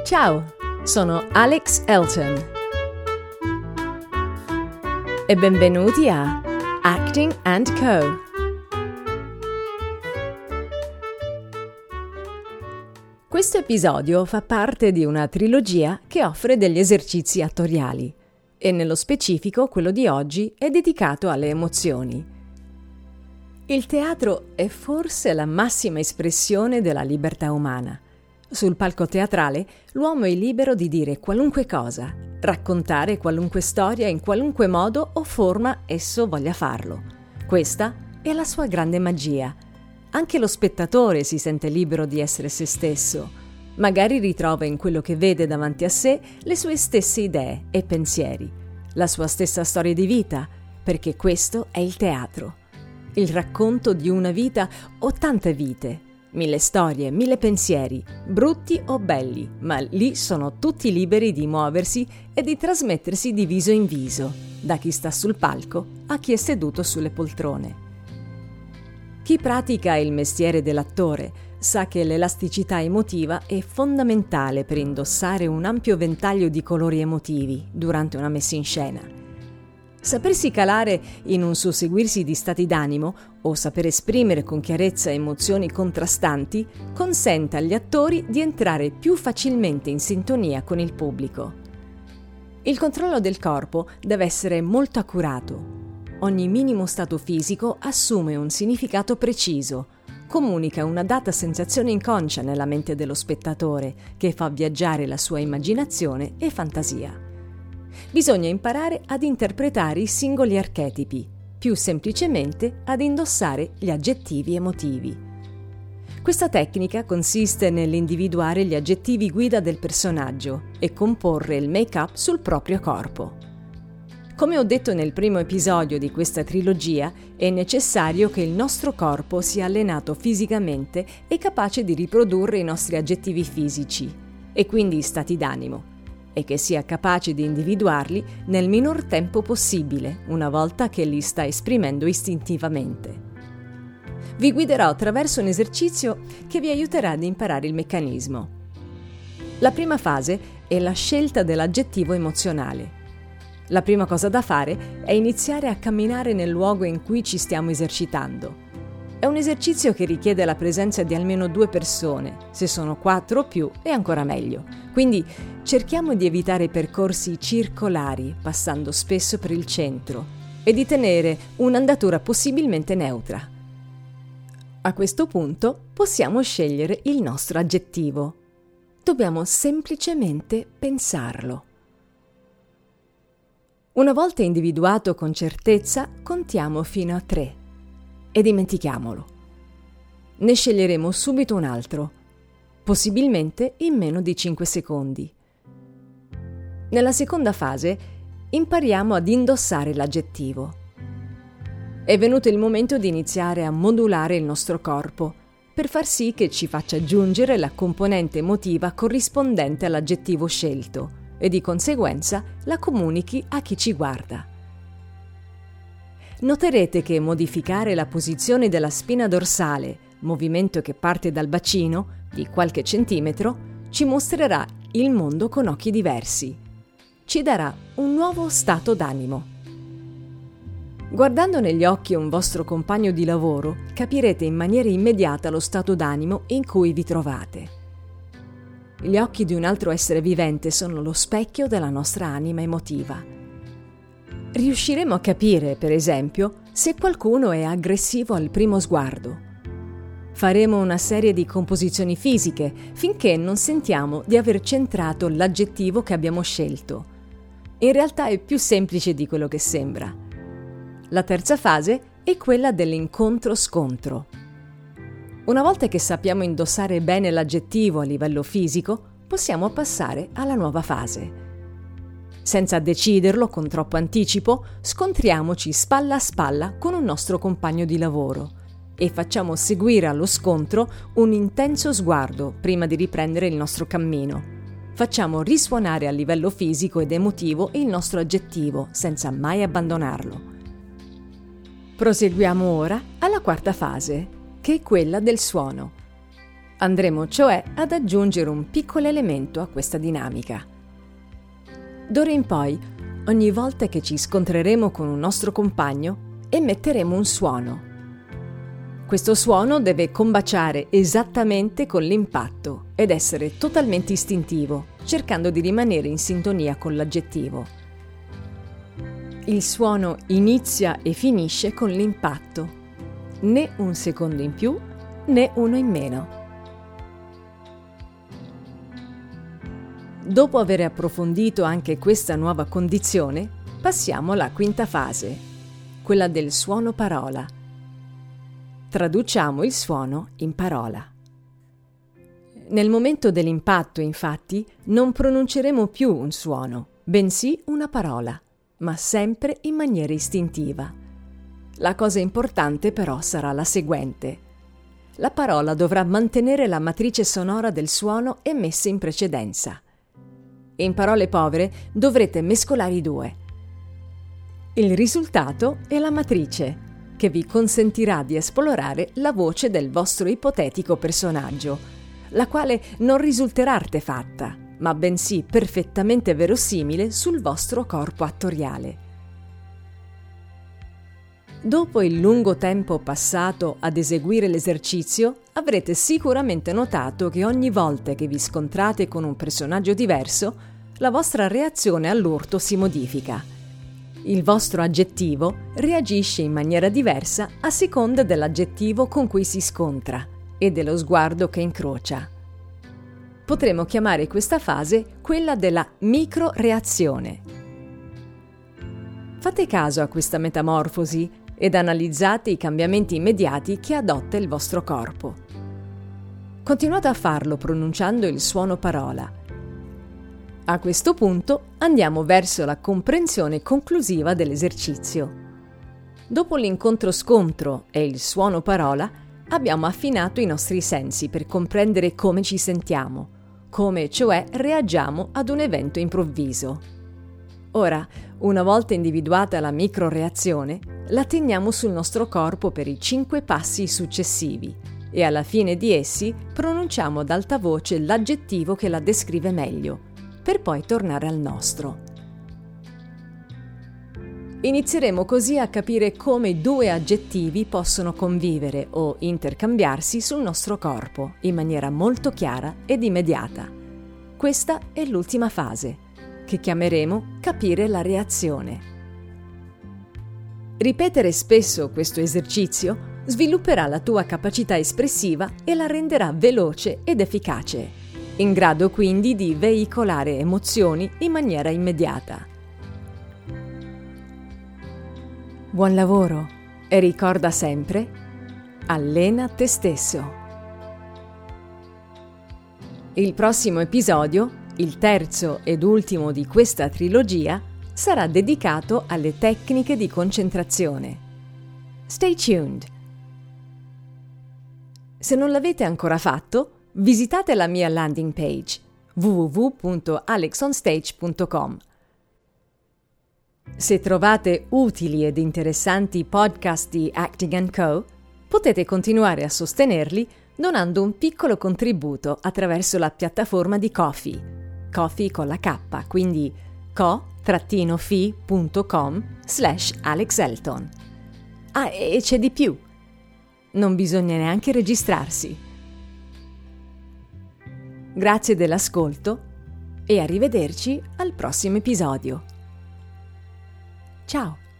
Ciao, sono Alex Elton e benvenuti a Acting and Co. Questo episodio fa parte di una trilogia che offre degli esercizi attoriali e nello specifico quello di oggi è dedicato alle emozioni. Il teatro è forse la massima espressione della libertà umana. Sul palco teatrale l'uomo è libero di dire qualunque cosa, raccontare qualunque storia in qualunque modo o forma esso voglia farlo. Questa è la sua grande magia. Anche lo spettatore si sente libero di essere se stesso. Magari ritrova in quello che vede davanti a sé le sue stesse idee e pensieri, la sua stessa storia di vita, perché questo è il teatro. Il racconto di una vita o tante vite, 1000 storie, 1000 pensieri, brutti o belli, ma lì sono tutti liberi di muoversi e di trasmettersi di viso in viso, da chi sta sul palco a chi è seduto sulle poltrone. Chi pratica il mestiere dell'attore sa che l'elasticità emotiva è fondamentale per indossare un ampio ventaglio di colori emotivi durante una messa in scena. Sapersi calare in un susseguirsi di stati d'animo o saper esprimere con chiarezza emozioni contrastanti consente agli attori di entrare più facilmente in sintonia con il pubblico. Il controllo del corpo deve essere molto accurato. Ogni minimo stato fisico assume un significato preciso, comunica una data sensazione inconscia nella mente dello spettatore che fa viaggiare la sua immaginazione e fantasia. Bisogna imparare ad interpretare i singoli archetipi, più semplicemente ad indossare gli aggettivi emotivi. Questa tecnica consiste nell'individuare gli aggettivi guida del personaggio e comporre il make-up sul proprio corpo. Come ho detto nel primo episodio di questa trilogia, è necessario che il nostro corpo sia allenato fisicamente e capace di riprodurre i nostri aggettivi fisici, e quindi stati d'animo, e che sia capace di individuarli nel minor tempo possibile, una volta che li sta esprimendo istintivamente. Vi guiderò attraverso un esercizio che vi aiuterà ad imparare il meccanismo. La prima fase è la scelta dell'aggettivo emozionale. La prima cosa da fare è iniziare a camminare nel luogo in cui ci stiamo esercitando. È un esercizio che richiede la presenza di almeno 2 persone, se sono 4 o più è ancora meglio. Quindi cerchiamo di evitare percorsi circolari, passando spesso per il centro, e di tenere un'andatura possibilmente neutra. A questo punto possiamo scegliere il nostro aggettivo. Dobbiamo semplicemente pensarlo. Una volta individuato con certezza, contiamo fino a 3 e dimentichiamolo. Ne sceglieremo subito un altro, possibilmente in meno di 5 secondi. Nella seconda fase impariamo ad indossare l'aggettivo. È venuto il momento di iniziare a modulare il nostro corpo per far sì che ci faccia aggiungere la componente emotiva corrispondente all'aggettivo scelto e di conseguenza la comunichi a chi ci guarda. Noterete che modificare la posizione della spina dorsale, movimento che parte dal bacino, di qualche centimetro, ci mostrerà il mondo con occhi diversi. Ci darà un nuovo stato d'animo. Guardando negli occhi un vostro compagno di lavoro, capirete in maniera immediata lo stato d'animo in cui vi trovate. Gli occhi di un altro essere vivente sono lo specchio della nostra anima emotiva. Riusciremo a capire, per esempio, se qualcuno è aggressivo al primo sguardo. Faremo una serie di composizioni fisiche finché non sentiamo di aver centrato l'aggettivo che abbiamo scelto. In realtà è più semplice di quello che sembra. La terza fase è quella dell'incontro-scontro. Una volta che sappiamo indossare bene l'aggettivo a livello fisico, possiamo passare alla nuova fase. Senza deciderlo con troppo anticipo, scontriamoci spalla a spalla con un nostro compagno di lavoro e facciamo seguire allo scontro un intenso sguardo prima di riprendere il nostro cammino. Facciamo risuonare a livello fisico ed emotivo il nostro aggettivo senza mai abbandonarlo. Proseguiamo ora alla quarta fase, che è quella del suono. Andremo cioè ad aggiungere un piccolo elemento a questa dinamica. D'ora in poi, ogni volta che ci scontreremo con un nostro compagno, emetteremo un suono. Questo suono deve combaciare esattamente con l'impatto ed essere totalmente istintivo, cercando di rimanere in sintonia con l'aggettivo. Il suono inizia e finisce con l'impatto, né un secondo in più né uno in meno. Dopo aver approfondito anche questa nuova condizione, passiamo alla quinta fase, quella del suono parola. Traduciamo il suono in parola. Nel momento dell'impatto, infatti, non pronunceremo più un suono, bensì una parola, ma sempre in maniera istintiva. La cosa importante però sarà la seguente. La parola dovrà mantenere la matrice sonora del suono emessa in precedenza. In parole povere dovrete mescolare i due. Il risultato è la matrice, che vi consentirà di esplorare la voce del vostro ipotetico personaggio, la quale non risulterà artefatta, ma bensì perfettamente verosimile sul vostro corpo attoriale. Dopo il lungo tempo passato ad eseguire l'esercizio, avrete sicuramente notato che ogni volta che vi scontrate con un personaggio diverso, la vostra reazione all'urto si modifica. Il vostro aggettivo reagisce in maniera diversa a seconda dell'aggettivo con cui si scontra e dello sguardo che incrocia. Potremmo chiamare questa fase quella della microreazione. Fate caso a questa metamorfosi ed analizzate i cambiamenti immediati che adotta il vostro corpo. Continuate a farlo pronunciando il suono parola. A questo punto andiamo verso la comprensione conclusiva dell'esercizio. Dopo l'incontro-scontro e il suono parola, abbiamo affinato i nostri sensi per comprendere come ci sentiamo, come cioè reagiamo ad un evento improvviso. Ora, una volta individuata la microreazione, la teniamo sul nostro corpo per i 5 passi successivi e alla fine di essi pronunciamo ad alta voce l'aggettivo che la descrive meglio, per poi tornare al nostro. Inizieremo così a capire come 2 aggettivi possono convivere o intercambiarsi sul nostro corpo in maniera molto chiara ed immediata. Questa è l'ultima fase, che chiameremo capire la reazione. Ripetere spesso questo esercizio svilupperà la tua capacità espressiva e la renderà veloce ed efficace, in grado quindi di veicolare emozioni in maniera immediata. Buon lavoro e ricorda sempre, allena te stesso. Il prossimo episodio, il terzo ed ultimo di questa trilogia, sarà dedicato alle tecniche di concentrazione. Stay tuned! Se non l'avete ancora fatto, visitate la mia landing page www.alexonstage.com. Se trovate utili ed interessanti i podcast di Acting & Co., potete continuare a sostenerli donando un piccolo contributo attraverso la piattaforma di Ko-fi. Ko-fi con la K, quindi ko-fi.com/Alex Elton. Ah, e c'è di più. Non bisogna neanche registrarsi. Grazie dell'ascolto e arrivederci al prossimo episodio. Ciao!